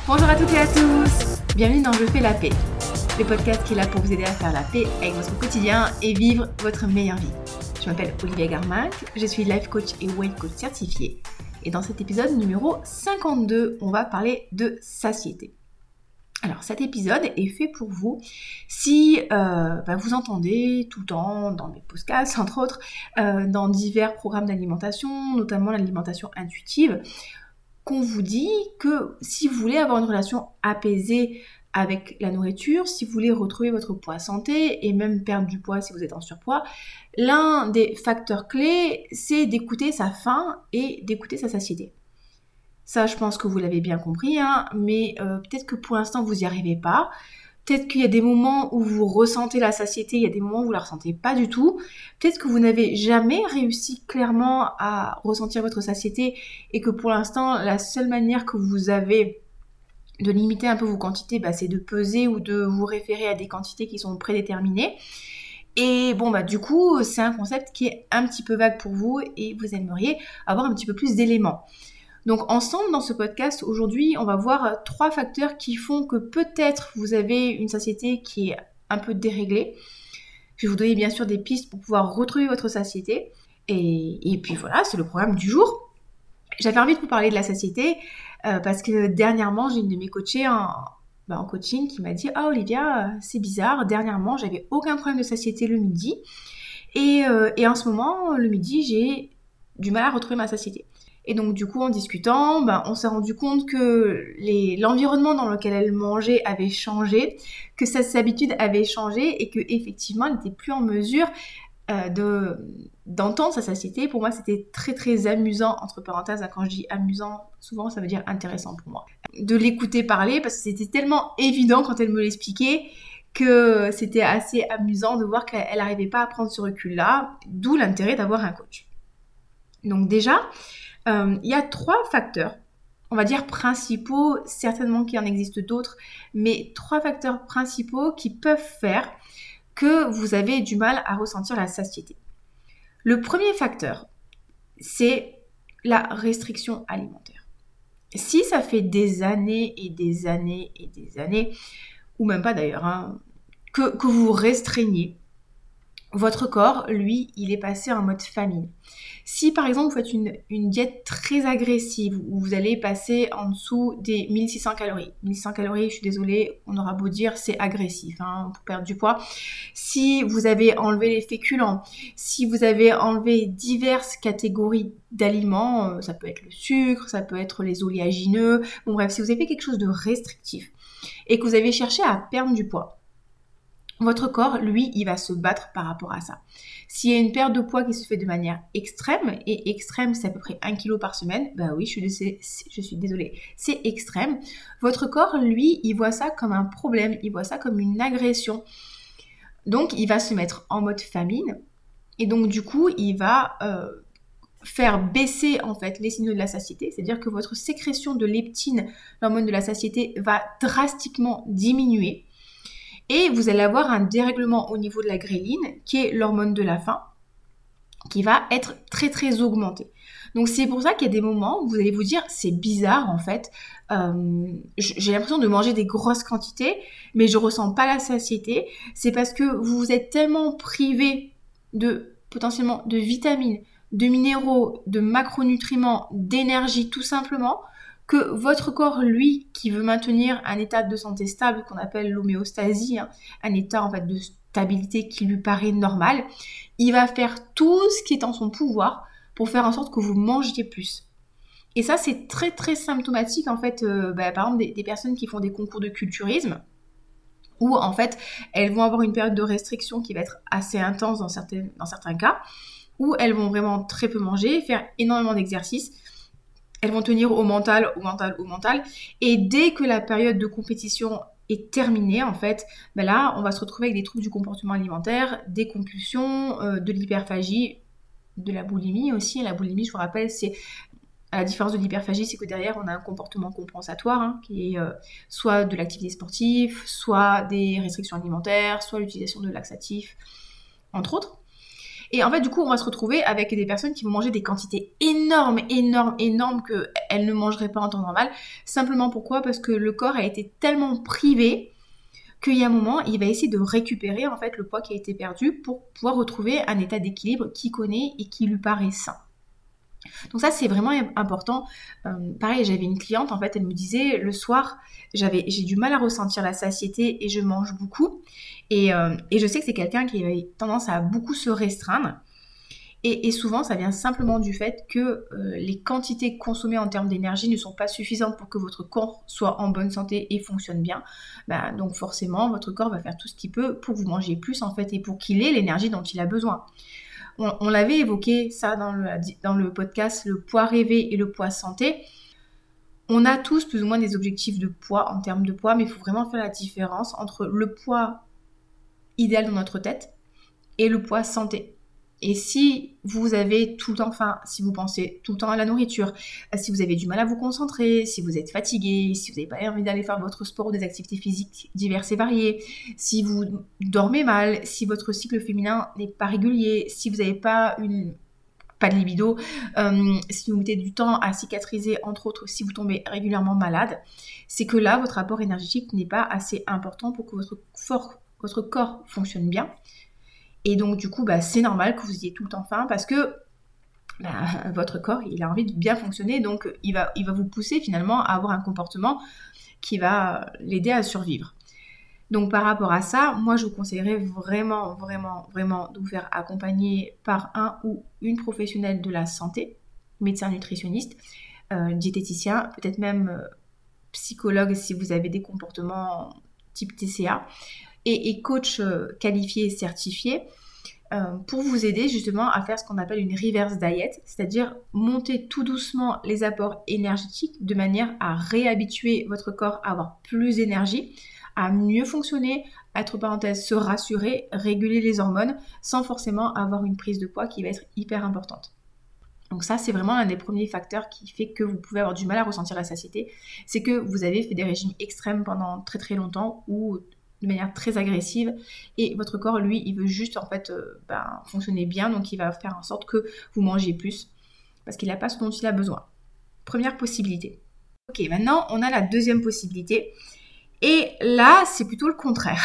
Bonjour à toutes et à tous, bienvenue dans Je fais la paix, le podcast qui est là pour vous aider à faire la paix avec votre quotidien et vivre votre meilleure vie. Je m'appelle Olivia Garmac, je suis life coach et weight coach certifiée et dans cet épisode numéro 52, on va parler de satiété. Alors cet épisode est fait pour vous si vous entendez tout le temps dans mes podcasts, entre autres, dans divers programmes d'alimentation, notamment l'alimentation intuitive, qu'on vous dit que si vous voulez avoir une relation apaisée avec la nourriture, si vous voulez retrouver votre poids santé et même perdre du poids si vous êtes en surpoids, l'un des facteurs clés, c'est d'écouter sa faim et d'écouter sa satiété. Ça, je pense que vous l'avez bien compris, mais peut-être que pour l'instant, vous n'y arrivez pas. Peut-être qu'il y a des moments où vous ressentez la satiété, il y a des moments où vous ne la ressentez pas du tout. Peut-être que vous n'avez jamais réussi clairement à ressentir votre satiété et que pour l'instant, la seule manière que vous avez de limiter un peu vos quantités, c'est de peser ou de vous référer à des quantités qui sont prédéterminées. Et du coup, c'est un concept qui est un petit peu vague pour vous et vous aimeriez avoir un petit peu plus d'éléments. Donc ensemble, dans ce podcast, aujourd'hui, on va voir 3 facteurs qui font que peut-être vous avez une satiété qui est un peu déréglée. Je vais vous donner bien sûr des pistes pour pouvoir retrouver votre satiété. Et puis voilà, c'est le programme du jour. J'avais envie de vous parler de la satiété parce que dernièrement, j'ai une de mes coachées en coaching qui m'a dit « Ah Olivia, c'est bizarre, dernièrement, j'avais aucun problème de satiété le midi. Et en ce moment, le midi, j'ai du mal à retrouver ma satiété. » Et donc du coup, en discutant, on s'est rendu compte que l'environnement dans lequel elle mangeait avait changé, que ses habitudes avaient changé et qu'effectivement, elle n'était plus en mesure d'entendre sa satiété. Pour moi, c'était très très amusant, entre parenthèses. Quand je dis amusant, souvent ça veut dire intéressant pour moi. De l'écouter parler parce que c'était tellement évident quand elle me l'expliquait que c'était assez amusant de voir qu'elle n'arrivait pas à prendre ce recul-là, d'où l'intérêt d'avoir un coach. Donc déjà, il y a 3 facteurs, on va dire principaux, certainement qu'il en existe d'autres, mais 3 facteurs principaux qui peuvent faire que vous avez du mal à ressentir la satiété. Le premier facteur, c'est la restriction alimentaire. Si ça fait des années et des années et des années, ou même pas d'ailleurs, que vous restreignez, votre corps, lui, il est passé en mode famine. Si par exemple vous faites une diète très agressive où vous allez passer en dessous des 1600 calories. 1600 calories, je suis désolée, on aura beau dire c'est agressif pour perdre du poids. Si vous avez enlevé les féculents, si vous avez enlevé diverses catégories d'aliments, ça peut être le sucre, ça peut être les oléagineux, si vous avez fait quelque chose de restrictif et que vous avez cherché à perdre du poids, votre corps, lui, il va se battre par rapport à ça. S'il y a une perte de poids qui se fait de manière extrême, et extrême, c'est à peu près 1 kg par semaine, oui, je suis désolée, c'est extrême. Votre corps, lui, il voit ça comme un problème, il voit ça comme une agression. Donc, il va se mettre en mode famine, et donc, du coup, il va faire baisser, en fait, les signaux de la satiété, c'est-à-dire que votre sécrétion de leptine, l'hormone de la satiété, va drastiquement diminuer. Et vous allez avoir un dérèglement au niveau de la gréline, qui est l'hormone de la faim, qui va être très très augmentée. Donc c'est pour ça qu'il y a des moments où vous allez vous dire, c'est bizarre en fait, j'ai l'impression de manger des grosses quantités, mais je ressens pas la satiété. C'est parce que vous vous êtes tellement privé potentiellement de vitamines, de minéraux, de macronutriments, d'énergie tout simplement, que votre corps, lui, qui veut maintenir un état de santé stable qu'on appelle l'homéostasie, un état en fait de stabilité qui lui paraît normal, il va faire tout ce qui est en son pouvoir pour faire en sorte que vous mangiez plus. Et ça, c'est très très symptomatique en fait, par exemple des personnes qui font des concours de culturisme, où en fait, elles vont avoir une période de restriction qui va être assez intense dans certains cas, où elles vont vraiment très peu manger, faire énormément d'exercices. Elles vont tenir au mental. Et dès que la période de compétition est terminée, en fait, là, on va se retrouver avec des troubles du comportement alimentaire, des compulsions, de l'hyperphagie, de la boulimie aussi. La boulimie, je vous rappelle, c'est à la différence de l'hyperphagie, c'est que derrière, on a un comportement compensatoire, qui est soit de l'activité sportive, soit des restrictions alimentaires, soit l'utilisation de laxatifs, entre autres. Et en fait, du coup, on va se retrouver avec des personnes qui vont manger des quantités énormes qu'elles ne mangeraient pas en temps normal. Simplement pourquoi ? Parce que le corps a été tellement privé qu'il y a un moment, il va essayer de récupérer en fait le poids qui a été perdu pour pouvoir retrouver un état d'équilibre qu'il connaît et qui lui paraît sain. Donc ça, c'est vraiment important. Pareil, j'avais une cliente, en fait, elle me disait, le soir, j'ai du mal à ressentir la satiété et je mange beaucoup. Et je sais que c'est quelqu'un qui a tendance à beaucoup se restreindre. Et souvent, ça vient simplement du fait que les quantités consommées en termes d'énergie ne sont pas suffisantes pour que votre corps soit en bonne santé et fonctionne bien. Donc forcément, votre corps va faire tout ce qu'il peut pour que vous mangiez plus, en fait, et pour qu'il ait l'énergie dont il a besoin. On l'avait évoqué, ça, dans le podcast, le poids rêvé et le poids santé. On a tous plus ou moins des objectifs de poids, en termes de poids, mais il faut vraiment faire la différence entre le poids idéal dans notre tête et le poids santé. Et si vous avez tout le temps faim, si vous pensez tout le temps à la nourriture, si vous avez du mal à vous concentrer, si vous êtes fatigué, si vous n'avez pas envie d'aller faire votre sport ou des activités physiques diverses et variées, si vous dormez mal, si votre cycle féminin n'est pas régulier, si vous n'avez pas de libido, si vous mettez du temps à cicatriser, entre autres, si vous tombez régulièrement malade, c'est que là, votre apport énergétique n'est pas assez important pour que votre corps fonctionne bien. Et donc, du coup, c'est normal que vous ayez tout le temps faim parce que votre corps, il a envie de bien fonctionner. Donc, il va vous pousser finalement à avoir un comportement qui va l'aider à survivre. Donc, par rapport à ça, moi, je vous conseillerais vraiment, vraiment, vraiment de vous faire accompagner par un ou une professionnelle de la santé, médecin nutritionniste, diététicien, peut-être même psychologue si vous avez des comportements type TCA, et coach qualifié et certifié pour vous aider justement à faire ce qu'on appelle une reverse diet, c'est-à-dire monter tout doucement les apports énergétiques de manière à réhabituer votre corps à avoir plus d'énergie, à mieux fonctionner, entre parenthèses, se rassurer, réguler les hormones sans forcément avoir une prise de poids qui va être hyper importante. Donc ça, c'est vraiment un des premiers facteurs qui fait que vous pouvez avoir du mal à ressentir la satiété, c'est que vous avez fait des régimes extrêmes pendant très très longtemps ou de manière très agressive et votre corps, lui, il veut juste en fait fonctionner bien, donc il va faire en sorte que vous mangez plus parce qu'il n'a pas ce dont il a besoin. Première possibilité. Ok, maintenant on a la deuxième possibilité et là c'est plutôt le contraire.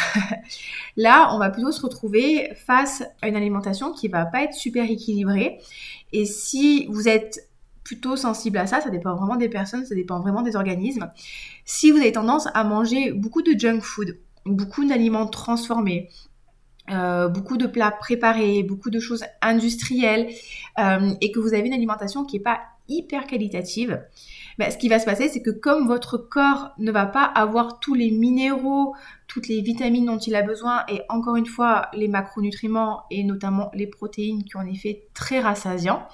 Là on va plutôt se retrouver face à une alimentation qui va pas être super équilibrée et si vous êtes plutôt sensible à ça, ça dépend vraiment des personnes, ça dépend vraiment des organismes. Si vous avez tendance à manger beaucoup de junk food, beaucoup d'aliments transformés, beaucoup de plats préparés, beaucoup de choses industrielles, et que vous avez une alimentation qui n'est pas hyper qualitative, ce qui va se passer, c'est que comme votre corps ne va pas avoir tous les minéraux, toutes les vitamines dont il a besoin, et encore une fois, les macronutriments, et notamment les protéines qui ont un effet très rassasiant,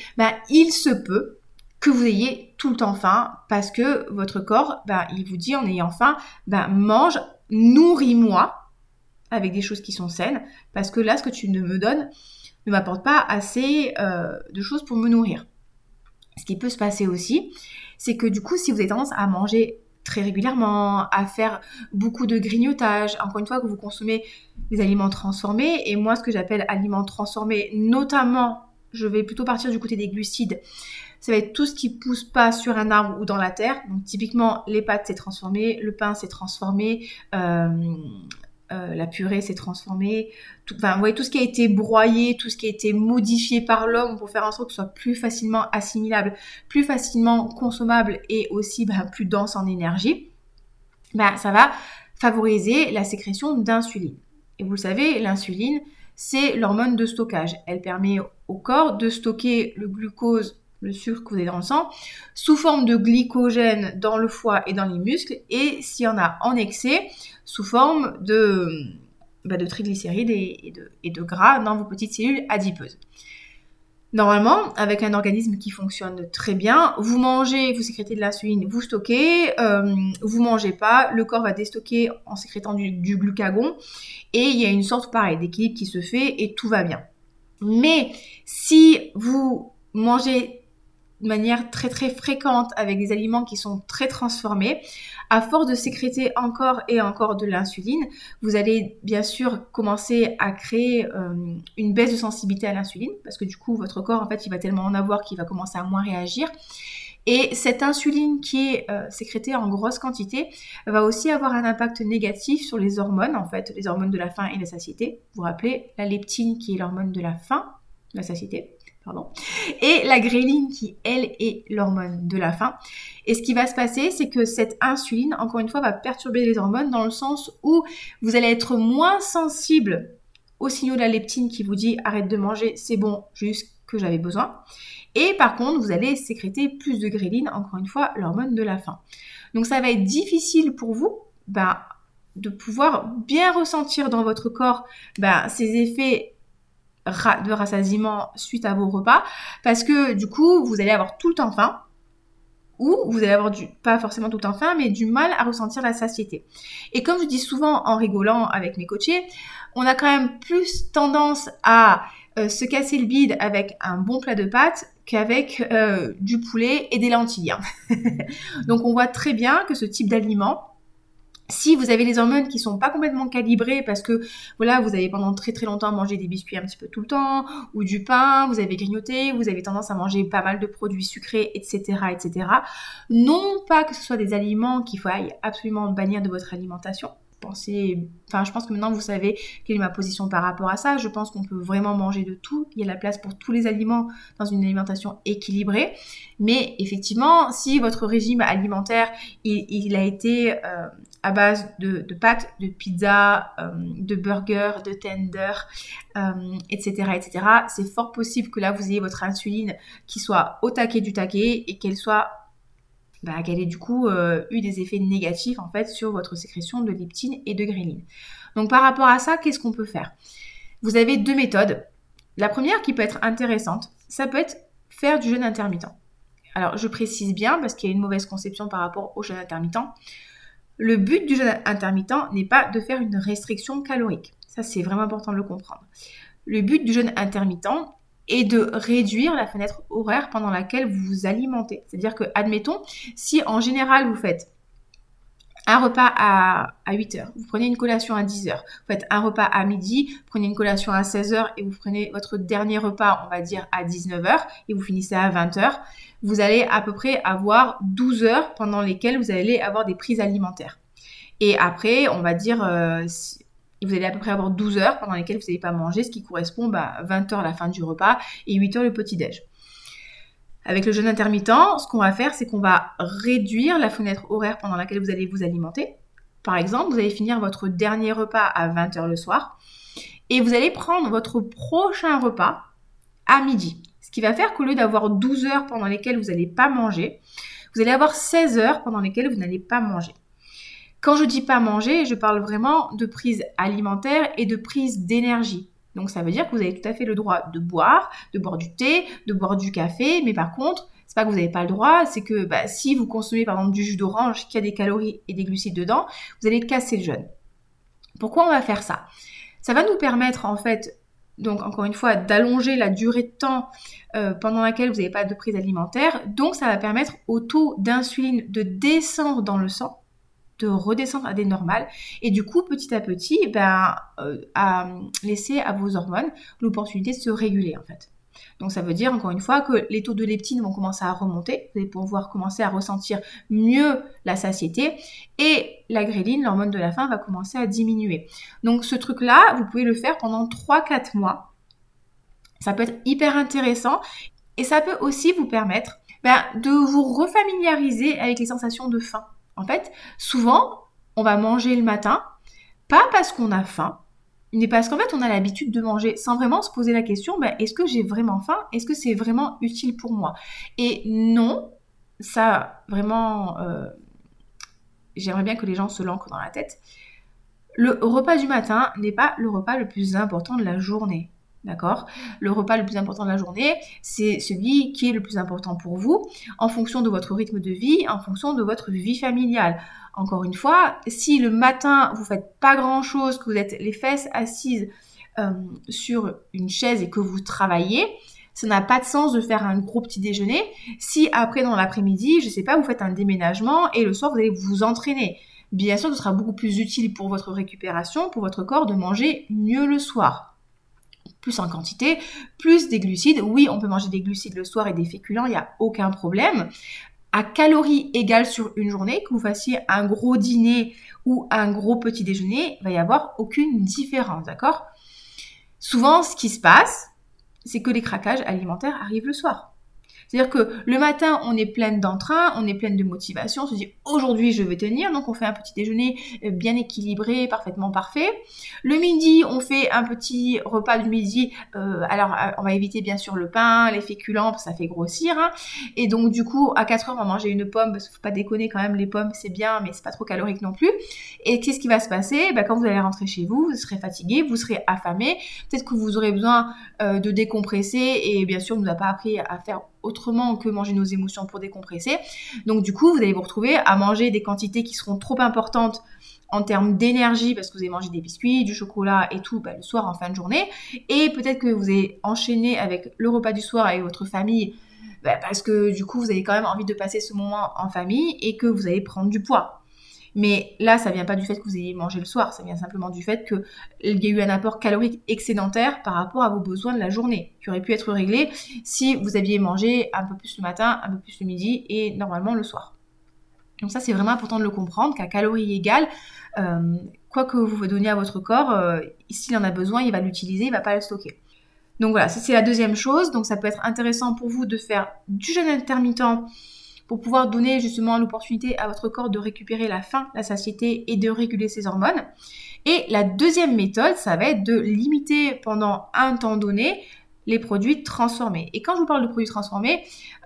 il se peut que vous ayez tout le temps faim, parce que votre corps, il vous dit en ayant faim, mange, nourris-moi avec des choses qui sont saines, parce que là, ce que tu me donnes ne m'apporte pas assez de choses pour me nourrir. Ce qui peut se passer aussi, c'est que du coup, si vous avez tendance à manger très régulièrement, à faire beaucoup de grignotage, encore une fois, que vous consommez des aliments transformés, et moi, ce que j'appelle aliments transformés, notamment, je vais plutôt partir du côté des glucides, ça va être tout ce qui pousse pas sur un arbre ou dans la terre. Donc typiquement, les pâtes c'est transformé, le pain c'est transformé, la purée c'est transformé. Vous voyez, tout ce qui a été broyé, tout ce qui a été modifié par l'homme pour faire en sorte que ce soit plus facilement assimilable, plus facilement consommable et aussi plus dense en énergie, ça va favoriser la sécrétion d'insuline. Et vous le savez, l'insuline, c'est l'hormone de stockage. Elle permet au corps de stocker le glucose, le sucre que vous avez dans le sang, sous forme de glycogène dans le foie et dans les muscles, et s'il y en a en excès, sous forme de triglycérides et de gras dans vos petites cellules adipeuses. Normalement, avec un organisme qui fonctionne très bien, vous mangez, vous sécrétez de l'insuline, vous stockez, vous mangez pas, le corps va déstocker en sécrétant du glucagon, et il y a une sorte d'équilibre qui se fait et tout va bien. Mais si vous mangez de manière très très fréquente avec des aliments qui sont très transformés, à force de sécréter encore et encore de l'insuline, vous allez bien sûr commencer à créer une baisse de sensibilité à l'insuline, parce que du coup votre corps en fait il va tellement en avoir qu'il va commencer à moins réagir. Et cette insuline qui est sécrétée en grosse quantité va aussi avoir un impact négatif sur les hormones, en fait, les hormones de la faim et de la satiété. Vous vous rappelez, la leptine qui est l'hormone de la faim, de la satiété, pardon, et la gréline qui, elle, est l'hormone de la faim. Et ce qui va se passer, c'est que cette insuline, encore une fois, va perturber les hormones dans le sens où vous allez être moins sensible aux signaux de la leptine qui vous dit « arrête de manger, c'est bon, juste que j'avais besoin ». Et par contre, vous allez sécréter plus de gréline, encore une fois, l'hormone de la faim. Donc ça va être difficile pour vous de pouvoir bien ressentir dans votre corps ces effets de rassasiement suite à vos repas, parce que du coup, vous allez avoir tout le temps faim, ou vous allez avoir pas forcément tout le temps faim, mais du mal à ressentir la satiété. Et comme je dis souvent en rigolant avec mes coachés, on a quand même plus tendance à se casser le bide avec un bon plat de pâtes qu'avec du poulet et des lentilles. Donc on voit très bien que ce type d'aliment, si vous avez les hormones qui sont pas complètement calibrées parce que voilà, vous avez pendant très très longtemps mangé des biscuits un petit peu tout le temps ou du pain, vous avez grignoté, vous avez tendance à manger pas mal de produits sucrés, etc., etc. Non pas que ce soit des aliments qu'il faut absolument bannir de votre alimentation. Je pense que maintenant vous savez quelle est ma position par rapport à ça. Je pense qu'on peut vraiment manger de tout. Il y a la place pour tous les aliments dans une alimentation équilibrée. Mais effectivement, si votre régime alimentaire il a été à base de pâtes, de pizza, de burgers, de tenders, etc., etc., c'est fort possible que là vous ayez votre insuline qui soit au taquet du taquet et qu'elle ait du coup eu des effets négatifs en fait sur votre sécrétion de leptine et de gréline. Donc par rapport à ça, qu'est-ce qu'on peut faire ? Vous avez deux méthodes. La première qui peut être intéressante, ça peut être faire du jeûne intermittent. Alors je précise bien parce qu'il y a une mauvaise conception par rapport au jeûne intermittent. Le but du jeûne intermittent n'est pas de faire une restriction calorique. Ça c'est vraiment important de le comprendre. Le but du jeûne intermittent et de réduire la fenêtre horaire pendant laquelle vous vous alimentez. C'est-à-dire que, admettons, si en général vous faites un repas à 8h, vous prenez une collation à 10h, vous faites un repas à midi, vous prenez une collation à 16h et vous prenez votre dernier repas, on va dire, à 19h et vous finissez à 20h, vous allez à peu près avoir 12 heures pendant lesquelles vous allez avoir des prises alimentaires. Et après, on va dire... vous allez à peu près avoir 12 heures pendant lesquelles vous n'allez pas manger, ce qui correspond à 20 heures la fin du repas et 8 heures le petit-déj. Avec le jeûne intermittent, ce qu'on va faire, c'est qu'on va réduire la fenêtre horaire pendant laquelle vous allez vous alimenter. Par exemple, vous allez finir votre dernier repas à 20 heures le soir et vous allez prendre votre prochain repas à midi. Ce qui va faire qu'au lieu d'avoir 12 heures pendant lesquelles vous n'allez pas manger, vous allez avoir 16 heures pendant lesquelles vous n'allez pas manger. Quand je dis pas manger, je parle vraiment de prise alimentaire et de prise d'énergie. Donc ça veut dire que vous avez tout à fait le droit de boire du thé, de boire du café, mais par contre, c'est pas que vous n'avez pas le droit, c'est que si vous consommez par exemple du jus d'orange qui a des calories et des glucides dedans, vous allez casser le jeûne. Pourquoi on va faire ça ? Ça va nous permettre en fait, donc encore une fois, d'allonger la durée de temps pendant laquelle vous n'avez pas de prise alimentaire. Donc ça va permettre au taux d'insuline de descendre dans le sang, de redescendre à des normales et du coup petit à petit à laisser à vos hormones l'opportunité de se réguler en fait. Donc ça veut dire encore une fois que les taux de leptine vont commencer à remonter, vous allez pouvoir commencer à ressentir mieux la satiété et la gréline, l'hormone de la faim, va commencer à diminuer. Donc ce truc là, vous pouvez le faire pendant 3-4 mois. Ça peut être hyper intéressant et ça peut aussi vous permettre de vous refamiliariser avec les sensations de faim. En fait, souvent, on va manger le matin, pas parce qu'on a faim, mais parce qu'en fait, on a l'habitude de manger sans vraiment se poser la question, est-ce que j'ai vraiment faim ? Est-ce que c'est vraiment utile pour moi ? Et non, ça, vraiment, j'aimerais bien que les gens se l'ancrent dans la tête. Le repas du matin n'est pas le repas le plus important de la journée. D'accord ? Le repas le plus important de la journée, c'est celui qui est le plus important pour vous, en fonction de votre rythme de vie, en fonction de votre vie familiale. Encore une fois, si le matin, vous faites pas grand-chose, que vous êtes les fesses assises sur une chaise et que vous travaillez, Ça n'a pas de sens de faire un gros petit déjeuner si après dans l'après-midi, je sais pas, vous faites un déménagement et le soir vous allez vous entraîner. Bien sûr, ce sera beaucoup plus utile pour votre récupération, pour votre corps de manger mieux le soir. Plus en quantité, plus des glucides. Oui, on peut manger des glucides le soir et des féculents, il n'y a aucun problème. À calories égales sur une journée, que vous fassiez un gros dîner ou un gros petit déjeuner, il va y avoir aucune différence, d'accord ? Souvent, ce qui se passe, c'est que les craquages alimentaires arrivent le soir. C'est-à-dire que le matin, on est pleine d'entrain, on est pleine de motivation, on se dit aujourd'hui je vais tenir, donc on fait un petit déjeuner bien équilibré, parfaitement parfait. Le midi, on fait un petit repas du midi, alors on va éviter bien sûr le pain, les féculents, parce que ça fait grossir, hein. Et donc du coup, à 4 heures, on va manger une pomme, parce qu'il faut pas déconner quand même, les pommes c'est bien, mais c'est pas trop calorique non plus. Et qu'est-ce qui va se passer ? Quand vous allez rentrer chez vous, vous serez fatigué, vous serez affamé, peut-être que vous aurez besoin de décompresser, et bien sûr, on nous a pas appris à faire autrement que manger nos émotions pour décompresser. Donc du coup, vous allez vous retrouver à manger des quantités qui seront trop importantes en termes d'énergie parce que vous avez mangé des biscuits, du chocolat et tout le soir en fin de journée. Et peut-être que vous allez enchaîner avec le repas du soir avec votre famille parce que du coup, vous avez quand même envie de passer ce moment en famille et que vous allez prendre du poids. Mais là, ça vient pas du fait que vous ayez mangé le soir, ça vient simplement du fait qu'il y a eu un apport calorique excédentaire par rapport à vos besoins de la journée, qui aurait pu être réglé si vous aviez mangé un peu plus le matin, un peu plus le midi et normalement le soir. Donc ça, c'est vraiment important de le comprendre, qu'à calories égales, quoi que vous donniez à votre corps, s'il en a besoin, il va l'utiliser, il va pas le stocker. Donc voilà, ça c'est la deuxième chose. Donc ça peut être intéressant pour vous de faire du jeûne intermittent pour pouvoir donner justement l'opportunité à votre corps de récupérer la faim, la satiété et de réguler ses hormones. Et la deuxième méthode, ça va être de limiter pendant un temps donné les produits transformés. Et quand je vous parle de produits transformés,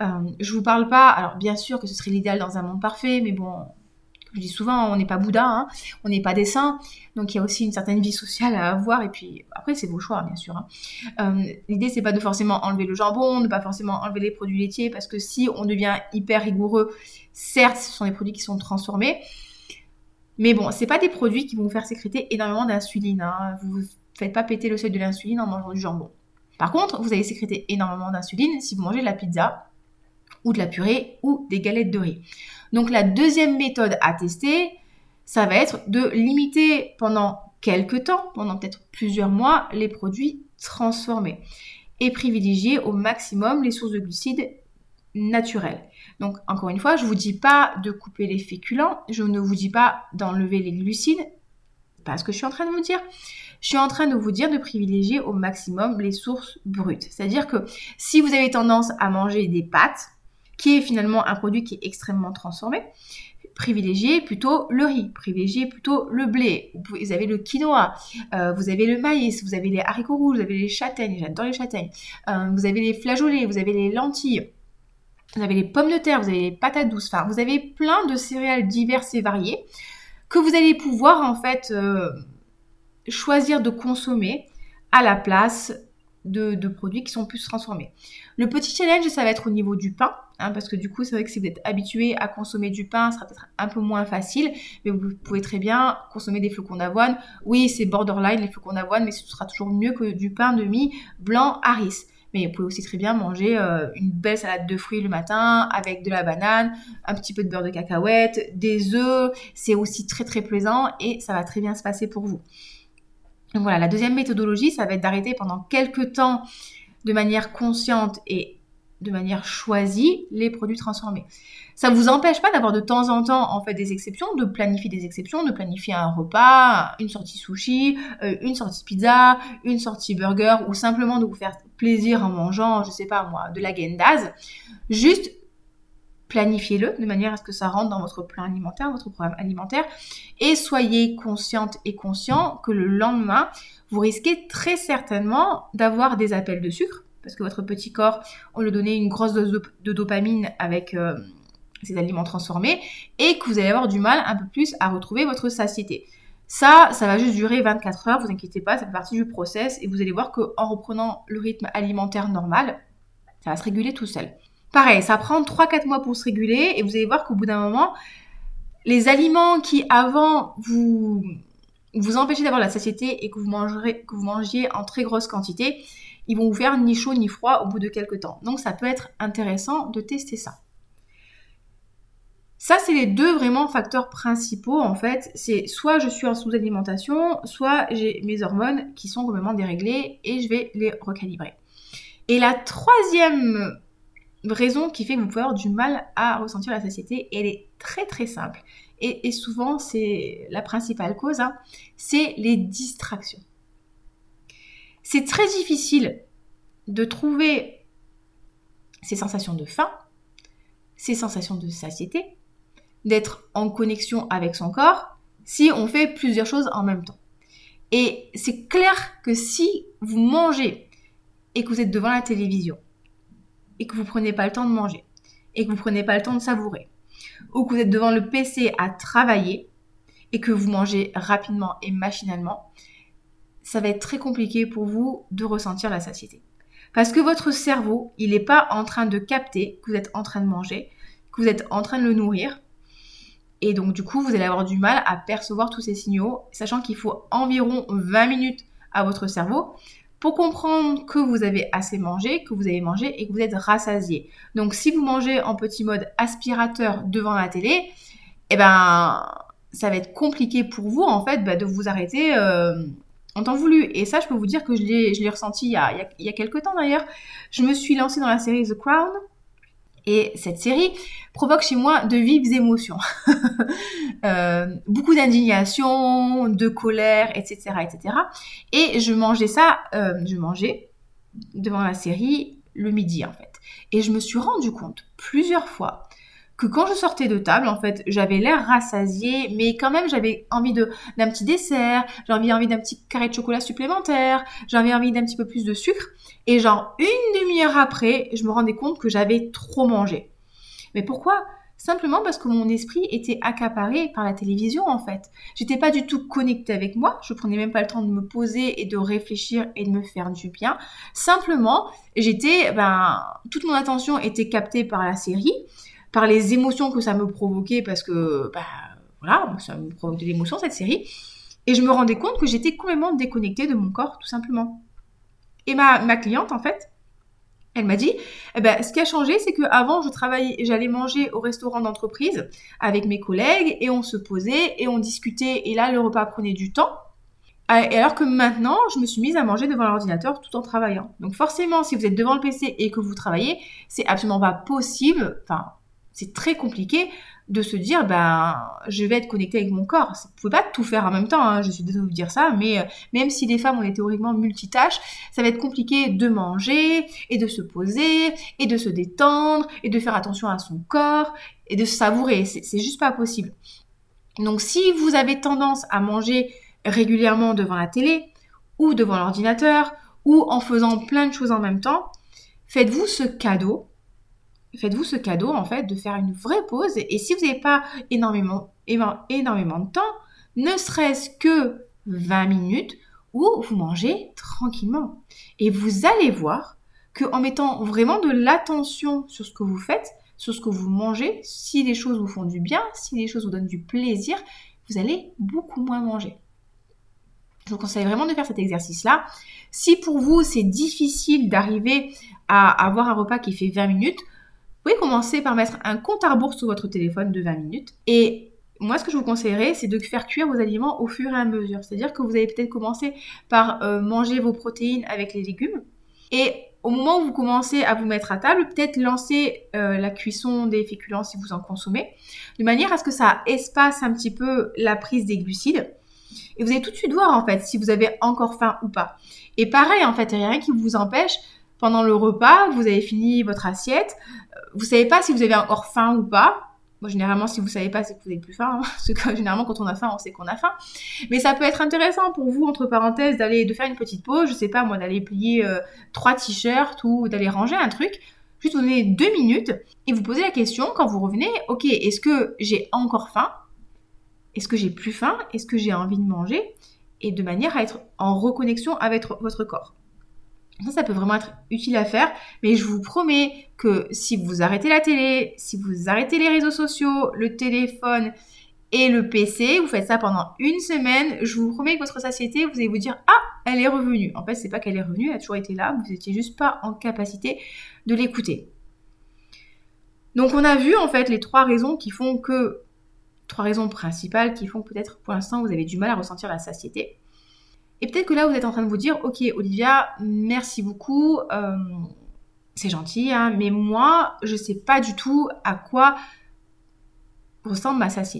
je vous parle pas, alors bien sûr que ce serait l'idéal dans un monde parfait, mais bon, comme je dis souvent, on n'est pas Bouddha, hein, on n'est pas des saints, donc il y a aussi une certaine vie sociale à avoir, et puis après c'est vos choix bien sûr. L'idée c'est pas de forcément enlever le jambon, de pas forcément enlever les produits laitiers, parce que si on devient hyper rigoureux, certes ce sont des produits qui sont transformés, mais bon, c'est pas des produits qui vont vous faire sécréter énormément d'insuline, hein. Vous ne faites pas péter le seuil de l'insuline en mangeant du jambon. Par contre, vous allez sécréter énormément d'insuline si vous mangez de la pizza, ou de la purée, ou des galettes de riz. Donc la deuxième méthode à tester, ça va être de limiter pendant quelques temps, pendant peut-être plusieurs mois, les produits transformés et privilégier au maximum les sources de glucides naturelles. Donc encore une fois, je ne vous dis pas de couper les féculents, je ne vous dis pas d'enlever les glucides, c'est pas ce que je suis en train de vous dire. Je suis en train de vous dire de privilégier au maximum les sources brutes. C'est-à-dire que si vous avez tendance à manger des pâtes, qui est finalement un produit qui est extrêmement transformé, privilégiez plutôt le riz, privilégiez plutôt le blé, vous avez le quinoa, vous avez le maïs, vous avez les haricots rouges, vous avez les châtaignes, j'adore les châtaignes, vous avez les flageolets, vous avez les lentilles, vous avez les pommes de terre, vous avez les patates douces, enfin vous avez plein de céréales diverses et variées que vous allez pouvoir en fait choisir de consommer à la place de produits qui sont plus transformés. Le petit challenge, ça va être au niveau du pain, hein, parce que du coup, c'est vrai que si vous êtes habitué à consommer du pain, ça sera peut-être un peu moins facile, mais vous pouvez très bien consommer des flocons d'avoine. Oui, c'est borderline les flocons d'avoine, mais ce sera toujours mieux que du pain de mie blanc Harris. Mais vous pouvez aussi très bien manger une belle salade de fruits le matin avec de la banane, un petit peu de beurre de cacahuète, des œufs. C'est aussi très très plaisant et ça va très bien se passer pour vous. Donc voilà, la deuxième méthodologie, ça va être d'arrêter pendant quelques temps de manière consciente et de manière choisie les produits transformés. Ça ne vous empêche pas d'avoir de temps en temps en fait des exceptions, de planifier des exceptions, de planifier un repas, une sortie sushi, une sortie pizza, une sortie burger ou simplement de vous faire plaisir en mangeant, je sais pas moi, de la Gendaz. Juste planifiez-le de manière à ce que ça rentre dans votre plan alimentaire, votre programme alimentaire et soyez consciente et conscient que le lendemain, vous risquez très certainement d'avoir des appels de sucre parce que votre petit corps, on lui donnait une grosse dose de dopamine avec ces aliments transformés et que vous allez avoir du mal un peu plus à retrouver votre satiété. Ça va juste durer 24 heures, vous inquiétez pas, ça fait partie du process et vous allez voir qu'en reprenant le rythme alimentaire normal, ça va se réguler tout seul. Pareil, ça prend 3-4 mois pour se réguler et vous allez voir qu'au bout d'un moment, les aliments qui avant vous empêchaient d'avoir la satiété et que vous mangiez en très grosse quantité, ils vont vous faire ni chaud ni froid au bout de quelques temps. Donc ça peut être intéressant de tester ça. Ça, c'est les deux vraiment facteurs principaux en fait. C'est soit je suis en sous-alimentation, soit j'ai mes hormones qui sont complètement déréglées et je vais les recalibrer. Et la troisième raison qui fait que vous pouvez avoir du mal à ressentir la satiété, elle est très très simple. Et souvent, c'est la principale cause, c'est les distractions. C'est très difficile de trouver ces sensations de faim, ces sensations de satiété, d'être en connexion avec son corps si on fait plusieurs choses en même temps. Et c'est clair que si vous mangez et que vous êtes devant la télévision et que vous prenez pas le temps de manger et que vous prenez pas le temps de savourer ou que vous êtes devant le PC à travailler et que vous mangez rapidement et machinalement, ça va être très compliqué pour vous de ressentir la satiété. Parce que votre cerveau, il n'est pas en train de capter que vous êtes en train de manger, que vous êtes en train de le nourrir. Et donc, du coup, vous allez avoir du mal à percevoir tous ces signaux, sachant qu'il faut environ 20 minutes à votre cerveau pour comprendre que vous avez assez mangé, que vous avez mangé et que vous êtes rassasié. Donc, si vous mangez en petit mode aspirateur devant la télé, ça va être compliqué pour vous, en fait, de vous arrêter en temps voulu. Et ça, je peux vous dire que je l'ai ressenti il y a quelques temps, d'ailleurs. Je me suis lancée dans la série The Crown. Et cette série provoque chez moi de vives émotions. Beaucoup d'indignation, de colère, etc., etc. Et je mangeais devant la série le midi, en fait. Et je me suis rendu compte plusieurs fois que quand je sortais de table, en fait, j'avais l'air rassasiée, mais quand même, j'avais envie d'un petit dessert, j'avais envie d'un petit carré de chocolat supplémentaire, j'avais envie d'un petit peu plus de sucre. Et genre, une demi-heure après, je me rendais compte que j'avais trop mangé. Mais pourquoi ? Simplement parce que mon esprit était accaparé par la télévision, en fait. J'étais pas du tout connectée avec moi, je prenais même pas le temps de me poser et de réfléchir et de me faire du bien. Simplement, toute mon attention était captée par la série, par les émotions que ça me provoquait, parce que, ça me provoquait de l'émotion, cette série. Et je me rendais compte que j'étais complètement déconnectée de mon corps, tout simplement. Et ma cliente, en fait, elle m'a dit, ce qui a changé, c'est qu'avant, j'allais manger au restaurant d'entreprise avec mes collègues et on se posait et on discutait et là, le repas prenait du temps. Et alors que maintenant, je me suis mise à manger devant l'ordinateur tout en travaillant. Donc forcément, si vous êtes devant le PC et que vous travaillez, c'est absolument pas possible, c'est très compliqué de se dire, je vais être connectée avec mon corps. Vous pouvez pas tout faire en même temps, je suis désolée de vous dire ça, mais même si les femmes, on est théoriquement multitâches, ça va être compliqué de manger, et de se poser, et de se détendre, et de faire attention à son corps, et de se savourer. C'est juste pas possible. Donc si vous avez tendance à manger régulièrement devant la télé, ou devant l'ordinateur, ou en faisant plein de choses en même temps, faites-vous ce cadeau, en fait, de faire une vraie pause. Et si vous n'avez pas énormément de temps, ne serait-ce que 20 minutes où vous mangez tranquillement. Et vous allez voir qu'en mettant vraiment de l'attention sur ce que vous faites, sur ce que vous mangez, si les choses vous font du bien, si les choses vous donnent du plaisir, vous allez beaucoup moins manger. Je vous conseille vraiment de faire cet exercice-là. Si pour vous, c'est difficile d'arriver à avoir un repas qui fait 20 minutes, vous pouvez commencer par mettre un compte à rebours sur votre téléphone de 20 minutes. Et moi, ce que je vous conseillerais, c'est de faire cuire vos aliments au fur et à mesure. C'est-à-dire que vous allez peut-être commencer par manger vos protéines avec les légumes. Et au moment où vous commencez à vous mettre à table, peut-être lancer la cuisson des féculents si vous en consommez, de manière à ce que ça espace un petit peu la prise des glucides. Et vous allez tout de suite voir, en fait, si vous avez encore faim ou pas. Et pareil, en fait, il n'y a rien qui vous empêche, pendant le repas, vous avez fini votre assiette, vous savez pas si vous avez encore faim ou pas. Moi, généralement, si vous savez pas, c'est que vous n'avez plus faim. Parce que généralement, quand on a faim, on sait qu'on a faim. Mais ça peut être intéressant pour vous, entre parenthèses, de faire une petite pause. Je sais pas, moi, d'aller plier 3 t-shirts ou d'aller ranger un truc. Juste vous donner 2 minutes et vous posez la question quand vous revenez. Ok, est-ce que j'ai encore faim ? Est-ce que j'ai plus faim ? Est-ce que j'ai envie de manger ? Et de manière à être en reconnexion avec votre corps. Ça peut vraiment être utile à faire, mais je vous promets que si vous arrêtez la télé, si vous arrêtez les réseaux sociaux, le téléphone Et le PC, vous faites ça pendant une semaine, je vous promets que votre satiété, vous allez vous dire « Ah, elle est revenue ». En fait, c'est pas qu'elle est revenue, elle a toujours été là, vous n'étiez juste pas en capacité de l'écouter. Donc on a vu en fait les trois raisons principales qui font que peut-être pour l'instant vous avez du mal à ressentir la satiété. Et peut-être que là vous êtes en train de vous dire « Ok Olivia, merci beaucoup, c'est gentil, hein, mais moi je sais pas du tout à quoi ressemble ma satiété ».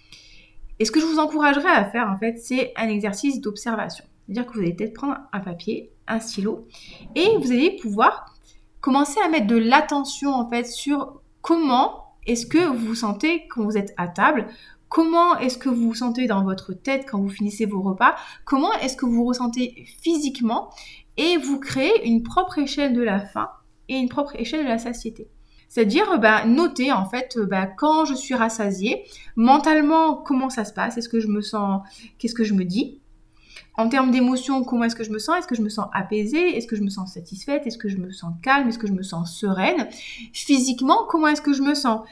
Et ce que je vous encouragerais à faire, en fait, c'est un exercice d'observation. C'est-à-dire que vous allez peut-être prendre un papier, un stylo, et vous allez pouvoir commencer à mettre de l'attention, en fait, sur comment est-ce que vous vous sentez quand vous êtes à table, comment est-ce que vous vous sentez dans votre tête quand vous finissez vos repas, comment est-ce que vous vous ressentez physiquement, et vous créez une propre échelle de la faim et une propre échelle de la satiété. C'est-à-dire noter en fait quand je suis rassasiée, mentalement comment ça se passe, est-ce que je me sens, qu'est-ce que je me dis, en termes d'émotions comment est-ce que je me sens, est-ce que je me sens apaisée, est-ce que je me sens satisfaite, est-ce que je me sens calme, est-ce que je me sens sereine, physiquement comment est-ce que je me sens,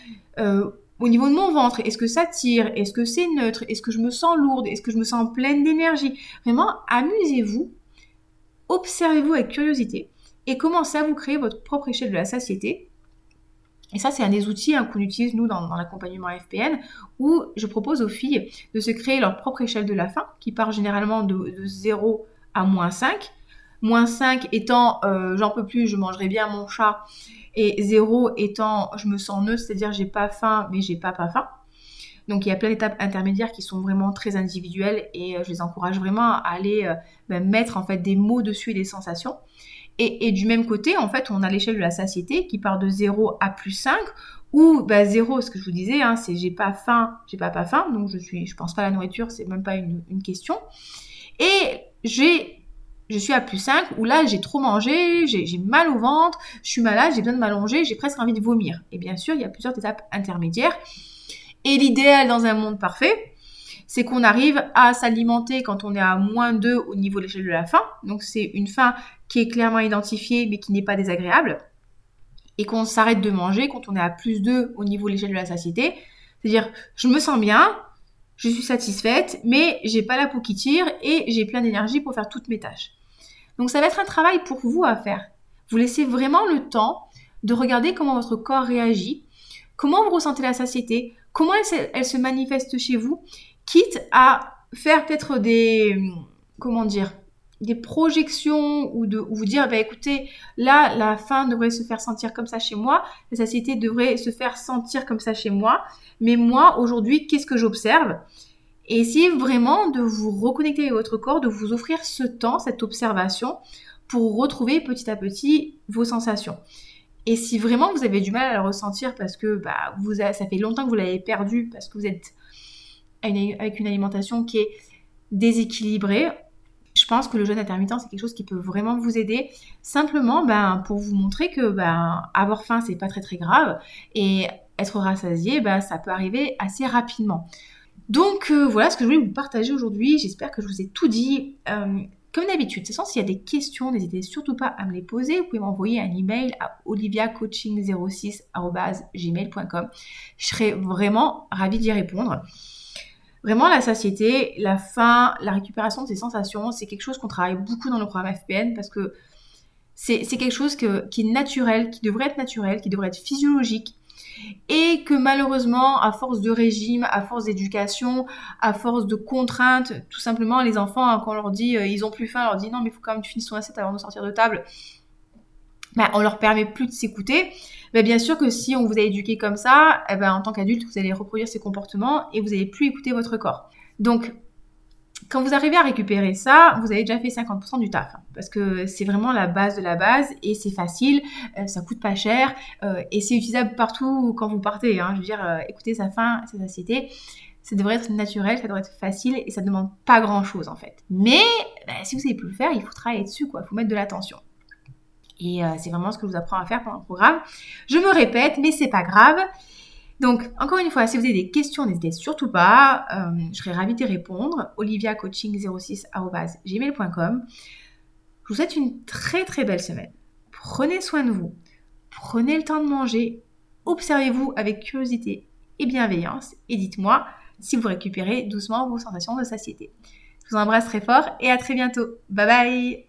au niveau de mon ventre, est-ce que ça tire, est-ce que c'est neutre, est-ce que je me sens lourde, est-ce que je me sens pleine d'énergie, vraiment amusez-vous, observez-vous avec curiosité et commencez à vous créer votre propre échelle de la satiété. Et ça, c'est un des outils qu'on utilise, nous, dans l'accompagnement FPN, où je propose aux filles de se créer leur propre échelle de la faim, qui part généralement de 0 à -5. -5 étant j'en peux plus, je mangerai bien mon chat. Et 0 étant je me sens neutre, c'est-à-dire j'ai pas faim, mais j'ai pas faim. Donc il y a plein d'étapes intermédiaires qui sont vraiment très individuelles et je les encourage vraiment à aller mettre en fait des mots dessus et des sensations. Et du même côté, en fait, on a l'échelle de la satiété qui part de 0 à +5, où 0, ce que je vous disais, c'est j'ai pas faim, j'ai pas faim, donc je pense pas à la nourriture, c'est même pas une question. Et je suis à +5, où là, j'ai trop mangé, j'ai mal au ventre, je suis malade, j'ai besoin de m'allonger, j'ai presque envie de vomir. Et bien sûr, il y a plusieurs étapes intermédiaires. Et l'idéal dans un monde parfait, c'est qu'on arrive à s'alimenter quand on est à -2 au niveau de l'échelle de la faim. Donc, c'est une faim qui est clairement identifiée, mais qui n'est pas désagréable. Et qu'on s'arrête de manger quand on est à +2 au niveau de l'échelle de la satiété. C'est-à-dire, je me sens bien, je suis satisfaite, mais j'ai pas la peau qui tire et j'ai plein d'énergie pour faire toutes mes tâches. Donc, ça va être un travail pour vous à faire. Vous laissez vraiment le temps de regarder comment votre corps réagit, comment vous ressentez la satiété, comment elle se manifeste chez vous, quitte à faire peut-être des projections ou vous dire, écoutez, là, la faim devrait se faire sentir comme ça chez moi, la satiété devrait se faire sentir comme ça chez moi, mais moi, aujourd'hui, qu'est-ce que j'observe ? Et essayez vraiment de vous reconnecter avec votre corps, de vous offrir ce temps, cette observation, pour retrouver petit à petit vos sensations. Et si vraiment vous avez du mal à le ressentir parce que ça fait longtemps que vous l'avez perdu, parce que vous êtes avec une alimentation qui est déséquilibrée, je pense que le jeûne intermittent, c'est quelque chose qui peut vraiment vous aider. Simplement, pour vous montrer que avoir faim, c'est pas très très grave. Et être rassasié, ça peut arriver assez rapidement. Donc voilà ce que je voulais vous partager aujourd'hui. J'espère que je vous ai tout dit. Comme d'habitude, de toute façon, s'il y a des questions, n'hésitez surtout pas à me les poser. Vous pouvez m'envoyer un email à oliviacoaching06@gmail.com. Je serai vraiment ravie d'y répondre. Vraiment, la satiété, la faim, la récupération de ces sensations, c'est quelque chose qu'on travaille beaucoup dans le programme FPN parce que c'est quelque chose qui est naturel, qui devrait être physiologique et que malheureusement, à force de régime, à force d'éducation, à force de contraintes, tout simplement, les enfants, quand on leur dit ils ont plus faim, on leur dit non mais il faut quand même que tu finisses ton assiette avant de sortir de table, on leur permet plus de s'écouter. Bien sûr que si on vous a éduqué comme ça, en tant qu'adulte, vous allez reproduire ces comportements et vous n'allez plus écouter votre corps. Donc, quand vous arrivez à récupérer ça, vous avez déjà fait 50% du taf. Parce que c'est vraiment la base de la base et c'est facile, ça coûte pas cher et c'est utilisable partout quand vous partez. Je veux dire, écouter sa faim, sa satiété, ça devrait être naturel, ça devrait être facile et ça ne demande pas grand-chose en fait. Mais si vous savez plus le faire, il faut travailler dessus, quoi. Il faut mettre de l'attention. Et c'est vraiment ce que je vous apprends à faire pendant le programme. Je me répète, mais c'est pas grave. Donc, encore une fois, si vous avez des questions, n'hésitez surtout pas. Je serai ravie d'y répondre. oliviacoaching06@gmail.com. Je vous souhaite une très très belle semaine. Prenez soin de vous. Prenez le temps de manger. Observez-vous avec curiosité et bienveillance. Et dites-moi si vous récupérez doucement vos sensations de satiété. Je vous embrasse très fort et à très bientôt. Bye bye!